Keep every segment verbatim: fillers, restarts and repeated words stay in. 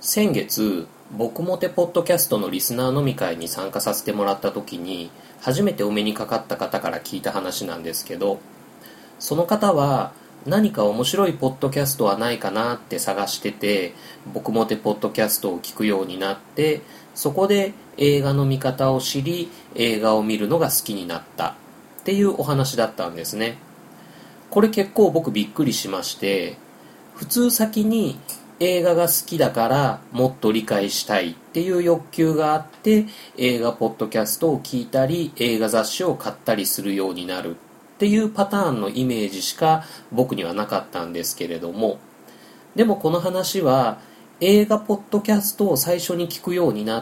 先月僕もてポッドキャストのリスナー飲み会に参加させてもらった時に初めてお目にかかった方から聞いた話なんですけど、その方は何か面白いポッドキャストはないかなって探してて、僕もてポッドキャストを聞くようになって、そこで映画の見方を知り、映画を見るのが好きになったっていうお話だったんですね。これ結構僕びっくりしまして、普通先に映画が好きだからもっと理解したいっていう欲求があって、映画ポッドキャストを聞いたり映画雑誌を買ったりするようになるっていうパターンのイメージしか僕にはなかったんですけれども、でもこの話は映画ポッドキャストを最初に聞くようになって、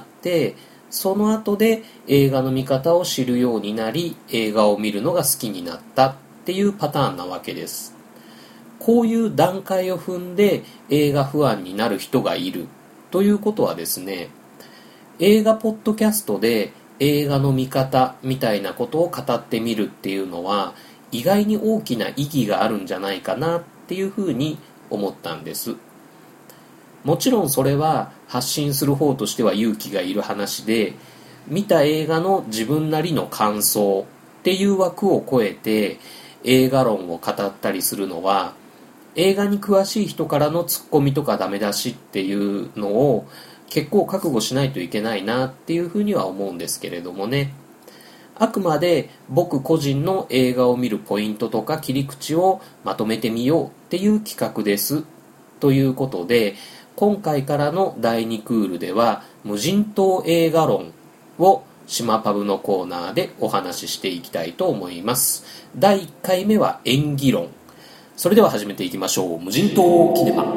その後で映画の見方を知るようになり、映画を見るのが好きになったっていうパターンなわけです。こういう段階を踏んで映画ファンになる人がいるということはですね、映画ポッドキャストで映画の見方みたいなことを語ってみるっていうのは意外に大きな意義があるんじゃないかなっていうふうに思ったんです。もちろんそれは発信する方としては勇気がいる話で、見た映画の自分なりの感想っていう枠を超えて映画論を語ったりするのは、映画に詳しい人からのツッコミとかダメ出しっていうのを結構覚悟しないといけないなっていうふうには思うんですけれどもね。あくまで僕個人の映画を見るポイントとか切り口をまとめてみようっていう企画ですということで、今回からのだいにクールでは無人島映画論を島パブのコーナーでお話ししていきたいと思います。だいいっかいめは演技論。それでは始めていきましょう。無人島キネマ。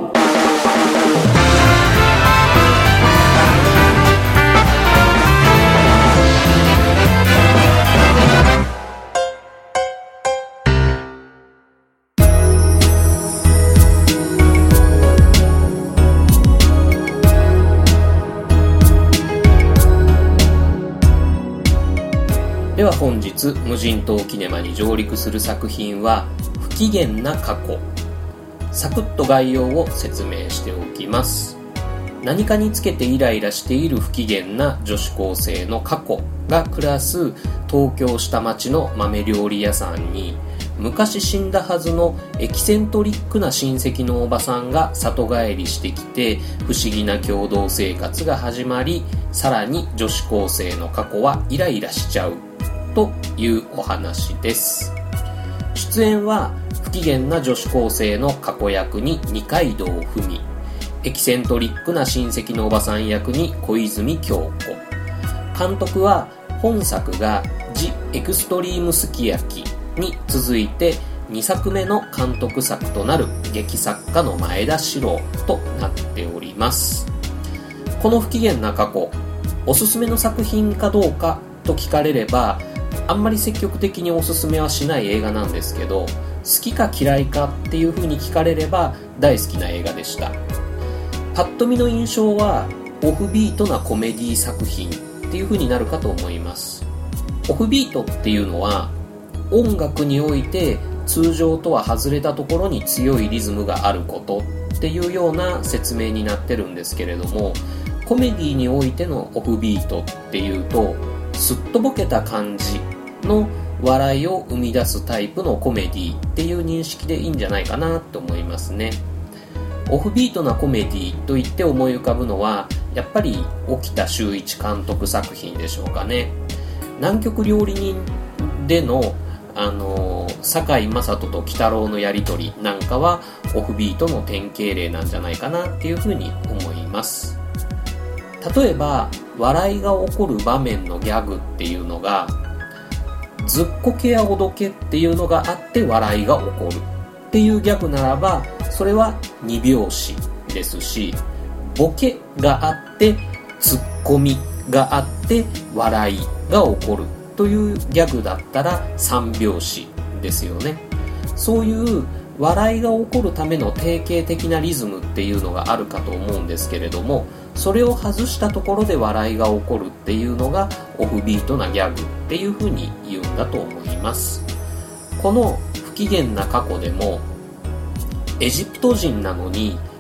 では本日無人島キネマに上陸する作品は不機嫌な過去。サクッと概要を説明しておきます。何かにつけてイライラしている不機嫌な女子高生の過去が暮らす東京下町の豆料理屋さんに、昔死んだはずのエキセントリックな親戚のおばさんが里帰りしてきて、不思議な共同生活が始まり、さらに女子高生の過去はイライラしちゃうというお話です。出演は不機嫌な女子高生の過去役に二階堂ふみ、エキセントリックな親戚のおばさん役に小泉京子。監督は本作がジ・エクストリームすき焼きに続いてにさくめの監督作となる劇作家の前田史郎となっております。この不機嫌な過去、おすすめの作品かどうかと聞かれればあんまり積極的におすすめはしない映画なんですけど、好きか嫌いかっていう風に聞かれれば大好きな映画でした。パッと見の印象はオフビートなコメディ作品っていう風になるかと思います。オフビートっていうのは音楽において通常とは外れたところに強いリズムがあることっていうような説明になってるんですけれども、コメディにおいてのオフビートっていうとすっとぼけた感じの笑いを生み出すタイプのコメディっていう認識でいいんじゃないかなと思いますね。オフビートなコメディといって思い浮かぶのはやっぱり沖田修一監督作品でしょうかね。南極料理人でのあの堺雅人と鬼太郎のやりとりなんかはオフビートの典型例なんじゃないかなっていうふうに思います。例えば笑いが起こる場面のギャグっていうのがずっこけやおどけっていうのがあって笑いが起こるっていうギャグならば、それはに拍子ですし、ボケがあってツッコミがあって笑いが起こるというギャグだったらさん拍子ですよね。そういう笑いが起こるための定型的なリズムっていうのがあるかと思うんですけれども、それを外したところで笑いが起こるっていうのがオフビートなギャグっていうふうに言うんだと思います。この不機嫌な過去でもエジプト人なのに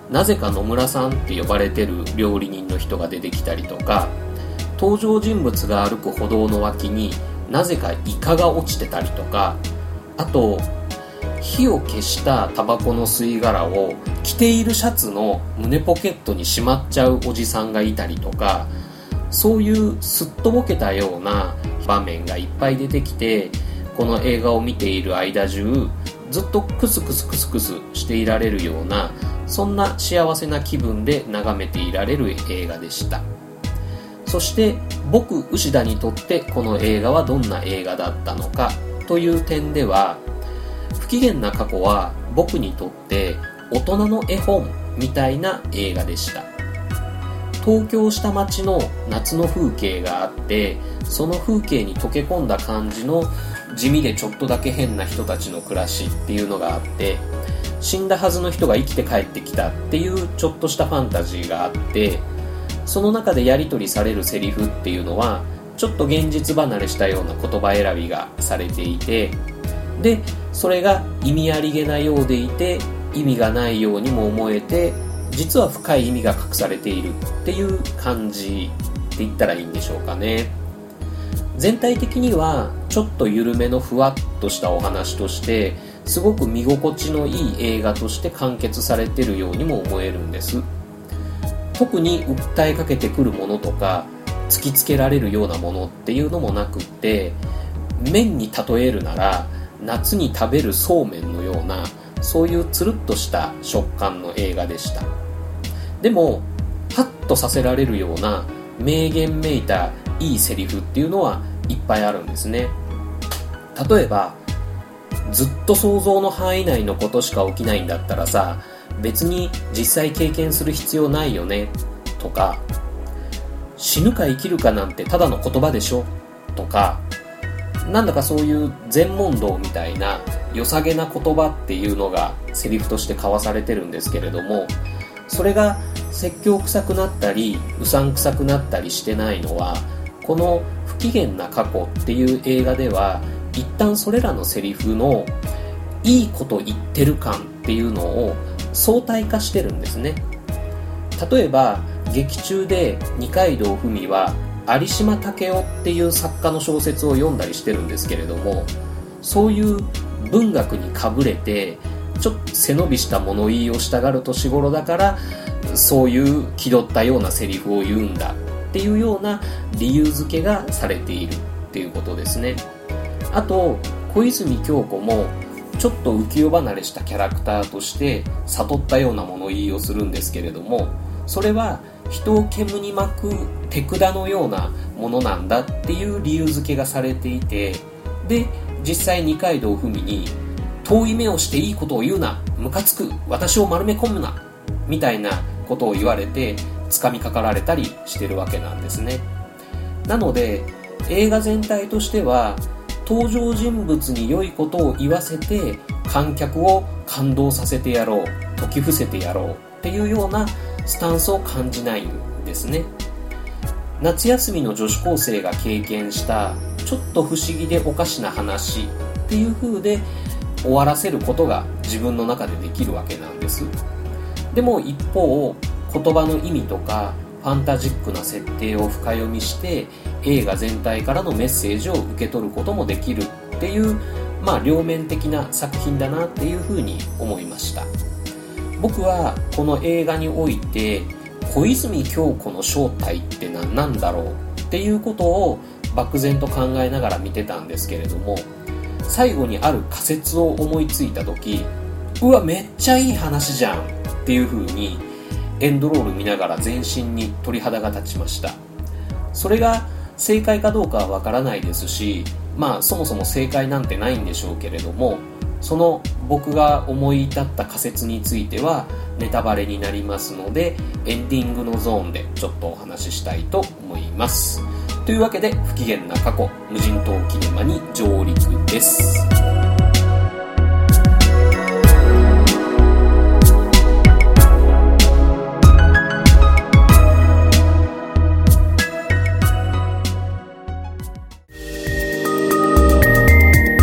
なぜか野村さんって呼ばれてる料理人の人が出てきたりとか、登場人物が歩く歩道の脇になぜかイカが落ちてたりとか、あと火を消したタバコの吸い殻を着ているシャツの胸ポケットにしまっちゃうおじさんがいたりとか、そういうすっとぼけたような場面がいっぱい出てきて、この映画を見ている間中ずっとクスクスクスクスしていられるような、そんな幸せな気分で眺めていられる映画でした。そして僕牛田にとってこの映画はどんな映画だったのかという点では、不機嫌な過去は僕にとって大人の絵本みたいな映画でした。東京下町の夏の風景があって、その風景に溶け込んだ感じの地味でちょっとだけ変な人たちの暮らしっていうのがあって、死んだはずの人が生きて帰ってきたっていうちょっとしたファンタジーがあって、その中でやり取りされるセリフっていうのはちょっと現実離れしたような言葉選びがされていて、でそれが意味ありげなようでいて意味がないようにも思えて、実は深い意味が隠されているっていう感じって言ったらいいんでしょうかね。全体的にはちょっと緩めのふわっとしたお話として、すごく見心地のいい映画として完結されているようにも思えるんです。特に訴えかけてくるものとか突きつけられるようなものっていうのもなくって、麺に例えるなら夏に食べるそうめんのような、そういうつるっとした食感の映画でした。でもハッとさせられるような名言めいたいいセリフっていうのはいっぱいあるんですね。例えば、ずっと想像の範囲内のことしか起きないんだったらさ、別に実際経験する必要ないよねとか、死ぬか生きるかなんてただの言葉でしょとか、なんだかそういう禅問答みたいな良さげな言葉っていうのがセリフとして交わされてるんですけれども、それが説教臭くなったりうさんくさくなったりしてないのは、この不機嫌な過去っていう映画では一旦それらのセリフのいいこと言ってる感っていうのを相対化してるんですね。例えば劇中で二階堂ふみは有島武雄っていう作家の小説を読んだりしてるんですけれども、そういう文学にかぶれてちょっと背伸びした物言いをしたがる年頃だから、そういう気取ったようなセリフを言うんだっていうような理由付けがされているっていうことですね。あと小泉今日子もちょっと浮世離れしたキャラクターとして悟ったような物言いをするんですけれども、それは人を煙に巻く手管のようなものなんだっていう理由付けがされていて、で実際二階堂ふみに遠い目をしていいことを言うな、ムカつく、私を丸め込むなみたいなことを言われて掴みかかられたりしてるわけなんですね。なので映画全体としては登場人物に良いことを言わせて観客を感動させてやろう、解き伏せてやろうっていうようなスタンスを感じないんですね。夏休みの女子高生が経験したちょっと不思議でおかしな話っていう風で終わらせることが自分の中でできるわけなんです。でも一方、言葉の意味とかファンタジックな設定を深読みして映画全体からのメッセージを受け取ることもできるっていう、まあ両面的な作品だなっていうふうに思いました。僕はこの映画において小泉今日子の正体って何なんだろうっていうことを漠然と考えながら見てたんですけれども、最後にある仮説を思いついた時、うわめっちゃいい話じゃんっていう風にエンドロール見ながら全身に鳥肌が立ちました。それが正解かどうかはわからないですし、まあそもそも正解なんてないんでしょうけれども、その僕が思い至った仮説についてはネタバレになりますので、エンディングのゾーンでちょっとお話ししたいと思います。というわけで、不機嫌な過去、無人島キネマに上陸です。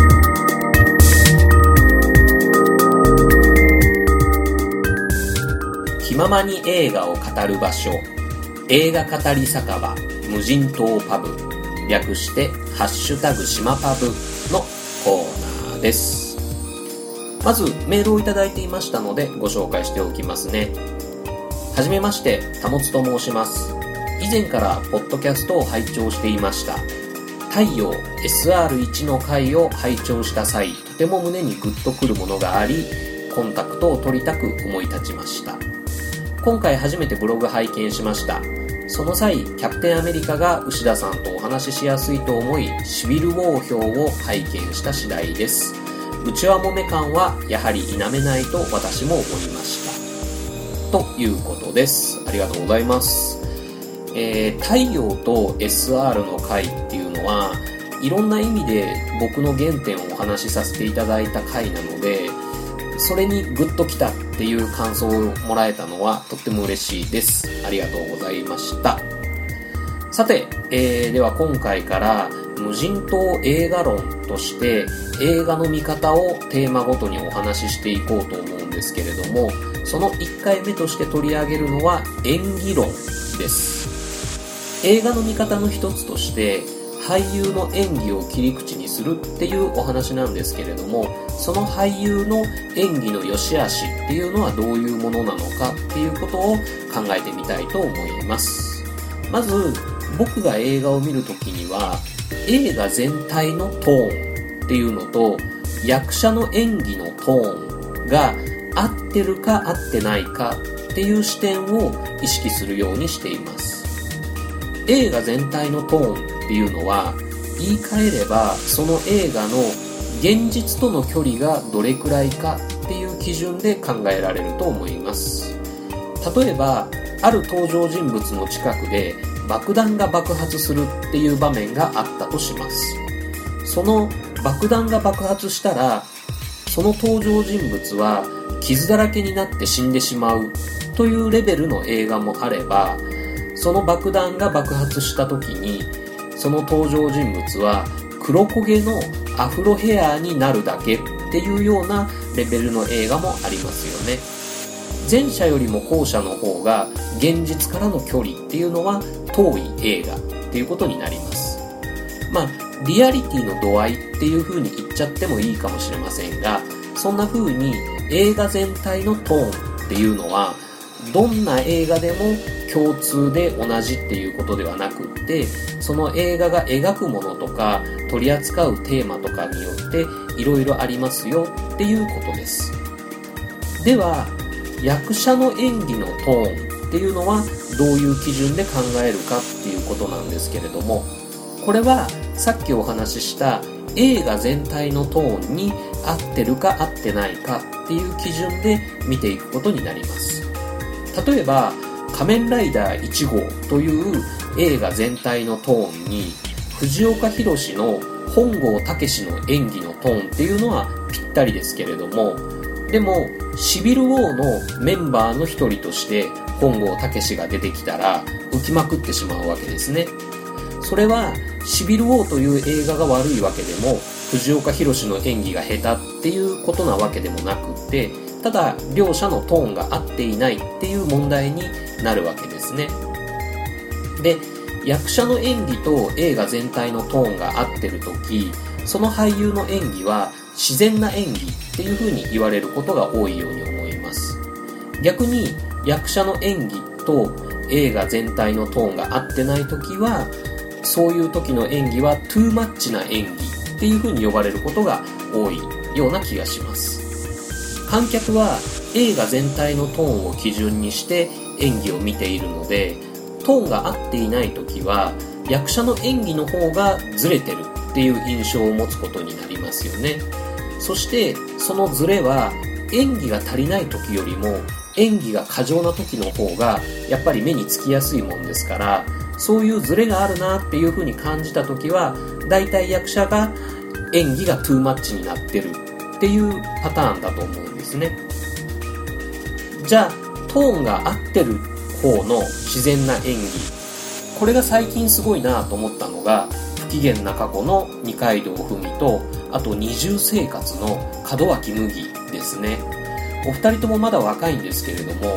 気まままに映画を語る場所、映画語り酒場無人島パブ、略してハッシュタグ島パブのコーナーです。まずメールをいただいていましたのでご紹介しておきますね。はじめまして、たもつと申します。以前からポッドキャストを拝聴していました。太陽 エスアールワン の回を拝聴した際、とても胸にグッとくるものがあり、コンタクトを取りたく思い立ちました。今回初めてブログ拝見しました。その際、キャプテンアメリカが牛田さんとお話ししやすいと思い、シビルウォー表を拝見した次第です。内輪もめ感はやはり否めないと私も思いました。ということです。ありがとうございます。えー、太陽と エスアール の回っていうのはいろんな意味で僕の原点をお話しさせていただいた回なので、それにグッときたっていう感想をもらえたのはとっても嬉しいです。ありがとうございました。さて、えー、では今回から無人島映画論として映画の見方をテーマごとにお話ししていこうと思うんですけれども、そのいっかいめとして取り上げるのは演技論です。映画の見方の一つとして俳優の演技を切り口にするっていうお話なんですけれども、その俳優の演技の良し悪しっていうのはどういうものなのかっていうことを考えてみたいと思います。まず僕が映画を見るときには映画全体のトーンっていうのと役者の演技のトーンが合ってるか合ってないかっていう視点を意識するようにしています。映画全体のトーンっていうのは言い換えればその映画の現実との距離がどれくらいかっていう基準で考えられると思います。例えばある登場人物の近くで爆弾が爆発するっていう場面があったとします。その爆弾が爆発したらその登場人物は傷だらけになって死んでしまうというレベルの映画もあれば、その爆弾が爆発した時にその登場人物は黒焦げのアフロヘアになるだけっていうようなレベルの映画もありますよね。前者よりも後者の方が現実からの距離っていうのは遠い映画っていうことになります。まあリアリティの度合いっていう風に言っちゃってもいいかもしれませんが、そんな風に映画全体のトーンっていうのはどんな映画でも共通で同じっていうことではなくって、その映画が描くものとか取り扱うテーマとかによっていろいろありますよっていうことです。では役者の演技のトーンっていうのはどういう基準で考えるかっていうことなんですけれども、これはさっきお話しした映画全体のトーンに合ってるか合ってないかっていう基準で見ていくことになります。例えば仮面ライダーいち号という映画全体のトーンに藤岡弘の本郷猛の演技のトーンっていうのはぴったりですけれども、でもシビルウォーのメンバーの一人として本郷猛が出てきたら浮きまくってしまうわけですね。それはシビルウォーという映画が悪いわけでも藤岡弘の演技が下手っていうことなわけでもなくって、ただ両者のトーンが合っていないっていう問題になるわけですね。で、役者の演技と映画全体のトーンが合ってるとき、その俳優の演技は自然な演技っていう風に言われることが多いように思います。逆に役者の演技と映画全体のトーンが合ってないときは、そういう時の演技はトゥーマッチな演技っていう風に呼ばれることが多いような気がします。観客は映画全体のトーンを基準にして演技を見ているので、トーンが合っていない時は役者の演技の方がずれてるっていう印象を持つことになりますよね。そしてそのズレは演技が足りない時よりも演技が過剰な時の方がやっぱり目につきやすいもんですから、そういうズレがあるなっていう風に感じた時はだいたい役者が演技がトゥーマッチになってるっていうパターンだと思うんですね。じゃあトーンが合ってる方の自然な演技、これが最近すごいなと思ったのが不機嫌な過去の二階堂ふみと、あと二重生活の門脇麦ですね。お二人ともまだ若いんですけれども、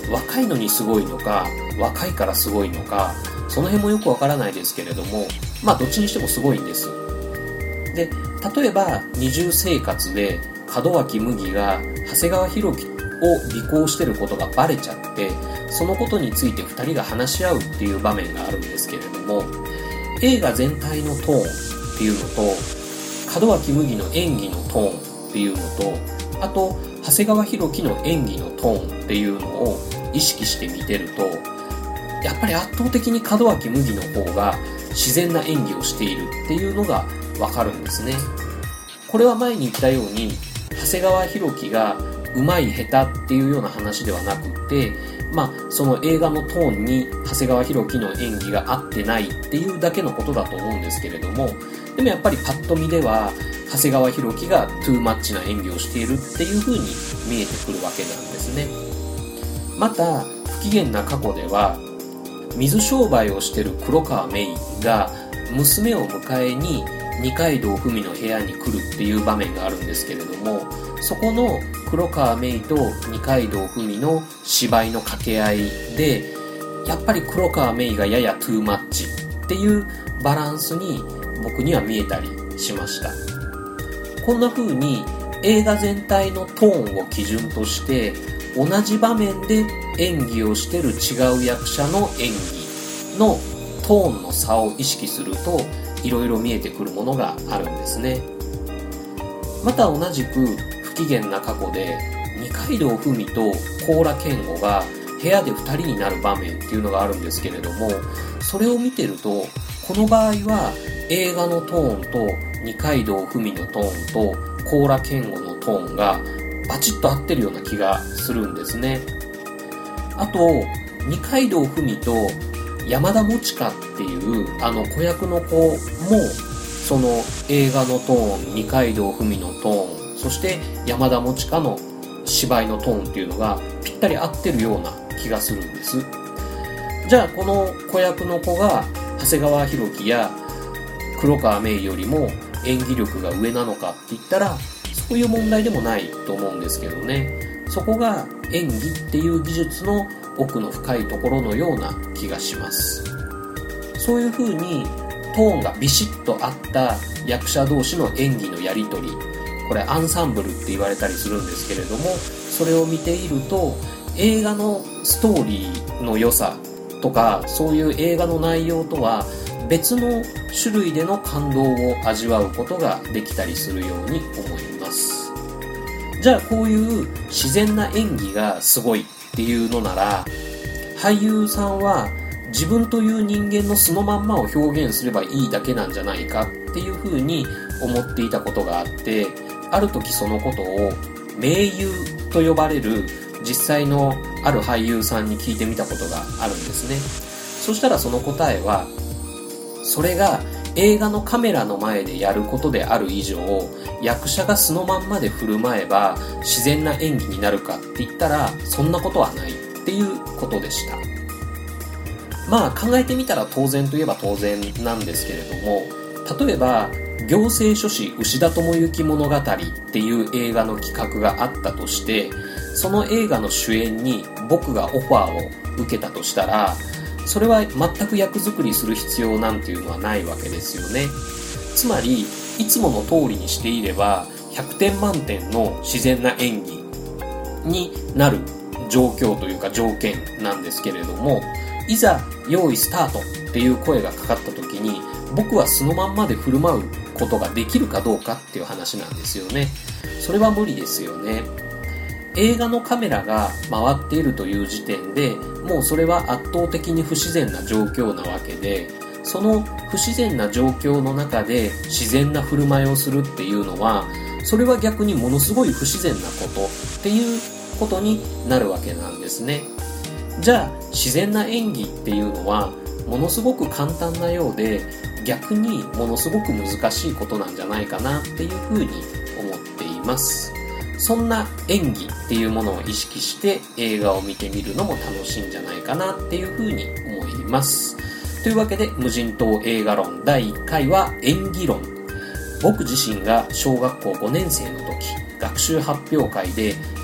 若いのにすごいのか、若いからすごいのか、その辺もよくわからないですけれども、まあどっちにしてもすごいんです。で、例えば二重生活で門脇麦が長谷川博己を尾行してることがバレちゃって、そのことについてふたりが話し合うっていう場面があるんですけれども、映画全体のトーンっていうのと門脇麦の演技のトーンっていうのと、あと長谷川博己の演技のトーンっていうのを意識して見てると、やっぱり圧倒的に門脇麦の方が自然な演技をしているっていうのがわかるんですね。これは前に言ったように長谷川博己が上手い下手っていうような話ではなくて、まあその映画のトーンに長谷川博己の演技が合ってないっていうだけのことだと思うんですけれども、でもやっぱりパッと見では長谷川博己がトゥーマッチな演技をしているっていう風に見えてくるわけなんですね。また不機嫌な過去では水商売をしている黒川メイが娘を迎えに二階堂ふみの部屋に来るっていう場面があるんですけれども、そこの黒川メイと二階堂ふみの芝居の掛け合いで、やっぱり黒川メイがややトゥーマッチっていうバランスに僕には見えたりしました。こんな風に映画全体のトーンを基準として同じ場面で演技をしてる違う役者の演技のトーンの差を意識するといろいろ見えてくるものがあるんですね。また同じく不機嫌な過去で二階堂ふみと高良健吾が部屋でふたりになる場面っていうのがあるんですけれども、それを見てるとこの場合は映画のトーンと二階堂ふみのトーンと高良健吾のトーンがバチッと合ってるような気がするんですね。あと二階堂ふみと山田もちかっていうあの子役の子もその映画のトーン、二階堂ふみのトーン、そして山田もちかの芝居のトーンっていうのがぴったり合ってるような気がするんです。じゃあこの子役の子が長谷川博己や黒川メイよりも演技力が上なのかって言ったらそういう問題でもないと思うんですけどね。そこが演技っていう技術の奥の深いところのような気がします。そういう風にトーンがビシッと合った役者同士の演技のやり取り、これアンサンブルって言われたりするんですけれども、それを見ていると映画のストーリーの良さとかそういう映画の内容とは別の種類での感動を味わうことができたりするように思います。じゃあこういう自然な演技がすごいっていうのなら、俳優さんは自分という人間の素のまんまを表現すればいいだけなんじゃないかっていうふうに思っていたことがあって、ある時そのことを名優と呼ばれる実際のある俳優さんに聞いてみたことがあるんですね。そしたらその答えは、それが映画のカメラの前でやることである以上、役者が素のまんまで振る舞えば自然な演技になるかって言ったらそんなことはないっていうことでした。まあ考えてみたら当然といえば当然なんですけれども、例えば行政書士牛田智之物語っていう映画の企画があったとして、その映画の主演に僕がオファーを受けたとしたら、それは全く役作りする必要なんていうのはないわけですよね。つまりいつもの通りにしていればひゃくてん満点の自然な演技になる状況というか条件なんですけれども、いざ用意スタートっていう声がかかった時に僕は素のまんまで振る舞うことができるかどうかっていう話なんですよね。それは無理ですよね。映画のカメラが回っているという時点でもうそれは圧倒的に不自然な状況なわけで、その不自然な状況の中で自然な振る舞いをするっていうのは、それは逆にものすごい不自然なことっていうことになるわけなんですね。じゃあ自然な演技っていうのはものすごく簡単なようで、逆にものすごく難しいことなんじゃないかなっていうふうに思っています。そんな演技っていうものを意識して映画を見てみるのも楽しいんじゃないかなっていうふうに思います。というわけで無人島映画論だいいっかいは演技論。僕自身が小学校ごねん生の時、学習発表会で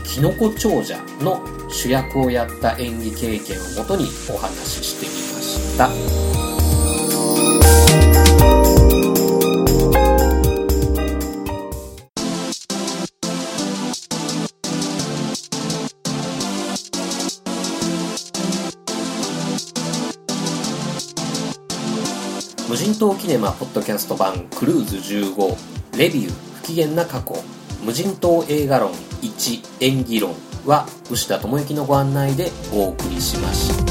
きのこ長者の主役をやった演技経験をもとにお話ししてみました。無人島キネマポッドキャスト版クルーズじゅうごレビュー不機嫌な過去無人島映画論いち演技論は牛田智之のご案内でお送りしました。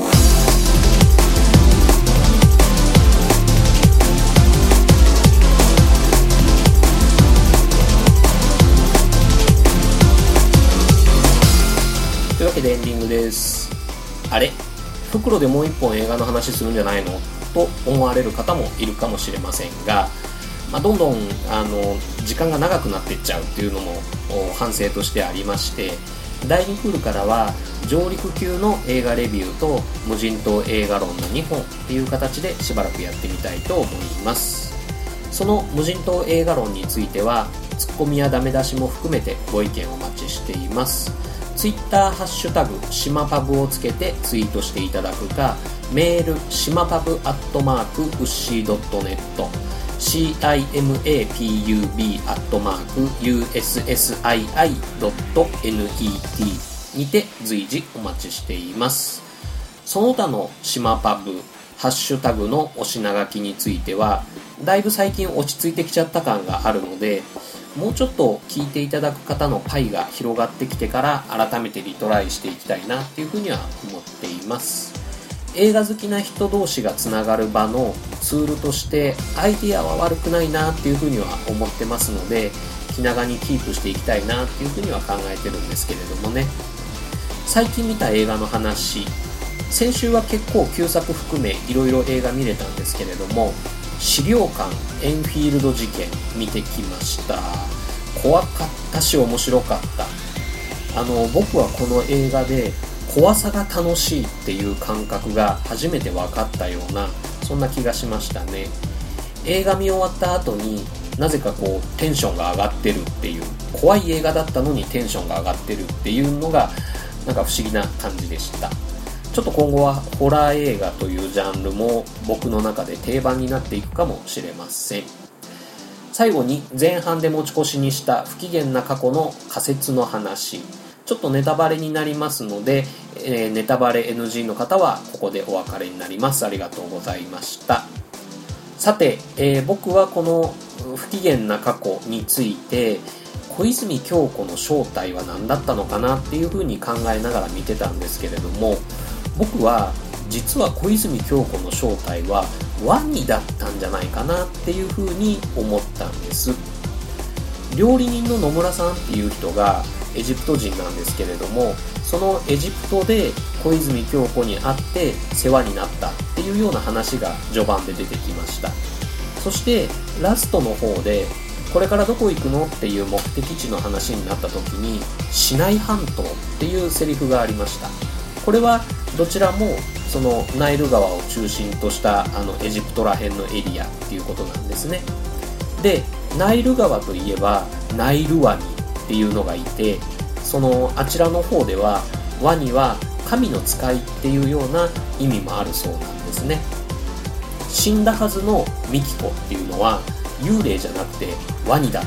というわけでエンディングです。あれ、袋でもう一本映画の話するんじゃないのと思われる方もいるかもしれませんが、まあ、どんどんあの時間が長くなっていっちゃうっていうのも反省としてありまして、だいにクールからは上陸級の映画レビューと無人島映画論のにほんっていう形でしばらくやってみたいと思います。その無人島映画論についてはツッコミやダメ出しも含めてご意見お待ちしています。ツイッターハッシュタグしまパブをつけてツイートしていただくか、メールしまパブアットマークウッシードットネットシーアイエムエーピーユービー アットマーク ユーエスエスアイアイ ドット ネット にて随時お待ちしています。その他のしまパブハッシュタグのお品書きについてはだいぶ最近落ち着いてきちゃった感があるので、もうちょっと聞いていただく方のパイが広がってきてから改めてリトライしていきたいなっていうふうには思っています。映画好きな人同士がつながる場のツールとしてアイデアは悪くないなっていうふうには思ってますので、気長にキープしていきたいなっていうふうには考えてるんですけれどもね。最近見た映画の話、先週は結構旧作含めいろいろ映画見れたんですけれども、資料館エンフィールド事件見てきました。怖かったし面白かった。あの僕はこの映画で怖さが楽しいっていう感覚が初めて分かったような、そんな気がしましたね。映画見終わった後になぜかこうテンションが上がってるっていう、怖い映画だったのにテンションが上がってるっていうのがなんか不思議な感じでした。ちょっと今後はホラー映画というジャンルも僕の中で定番になっていくかもしれません。最後に前半で持ち越しにした不機嫌な過去の仮説の話、ちょっとネタバレになりますので、えー、ネタバレ エヌジー の方はここでお別れになります。ありがとうございました。さて、えー、僕はこの不機嫌な過去について小泉今日子の正体は何だったのかなっていうふうに考えながら見てたんですけれども、僕は実は小泉今日子の正体はワニだったんじゃないかなっていうふうに思ったんです。料理人の野村さんっていう人がエジプト人なんですけれども、そのエジプトで小泉今日子に会って世話になったっていうような話が序盤で出てきました。そしてラストの方でこれからどこ行くのっていう目的地の話になった時にシナイ半島っていうセリフがありました。これはどちらもそのナイル川を中心としたあのエジプトら辺のエリアっていうことなんですね。で、ナイル川といえばナイルワニっていうのがいて、そのあちらの方ではワニは神の使いっていうような意味もあるそうなんですね。死んだはずのミキコっていうのは幽霊じゃなくてワニだった、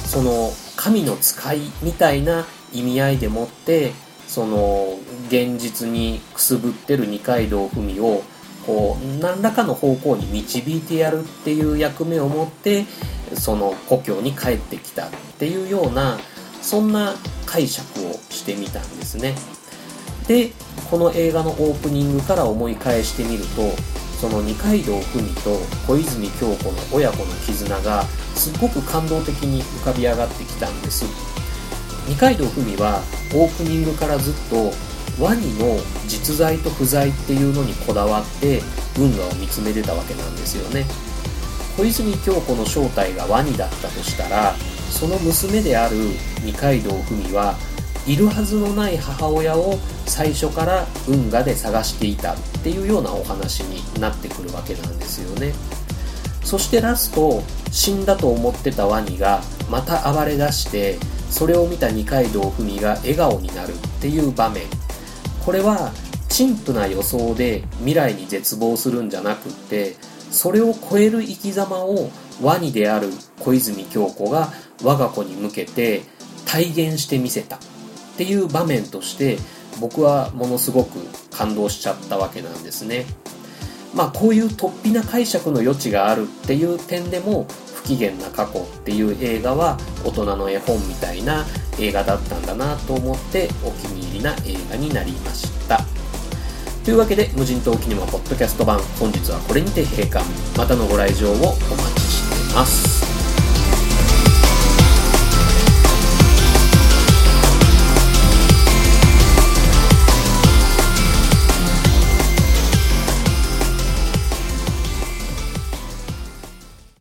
その神の使いみたいな意味合いでもって、その現実にくすぶってる二階堂ふみをこう何らかの方向に導いてやるっていう役目を持ってその故郷に帰ってきたっていうような、そんな解釈をしてみたんですね。で、この映画のオープニングから思い返してみると、その二階堂ふみと小泉今日子の親子の絆がすっごく感動的に浮かび上がってきたんです。二階堂ふみはオープニングからずっとワニの実在と不在っていうのにこだわって運河を見つめてたわけなんですよね。小泉今日子の正体がワニだったとしたら、その娘である二階堂ふみはいるはずのない母親を最初から運河で探していたっていうようなお話になってくるわけなんですよね。そしてラスト、死んだと思ってたワニがまた暴れ出して、 それを見た二階堂ふみが笑顔になるっていう場面、これは陳腐な予想で未来に絶望するんじゃなくって、それを超える生き様をワニである小泉今日子が我が子に向けて体現してみせたっていう場面として、僕はものすごく感動しちゃったわけなんですね。まあこういう突飛な解釈の余地があるっていう点でも、不機嫌な過去っていう映画は大人の絵本みたいな映画だったんだなと思ってお気に入りな映画になりました。というわけで、無人島キネマポッドキャスト版、本日はこれにて閉館。またのご来場をお待ちしています。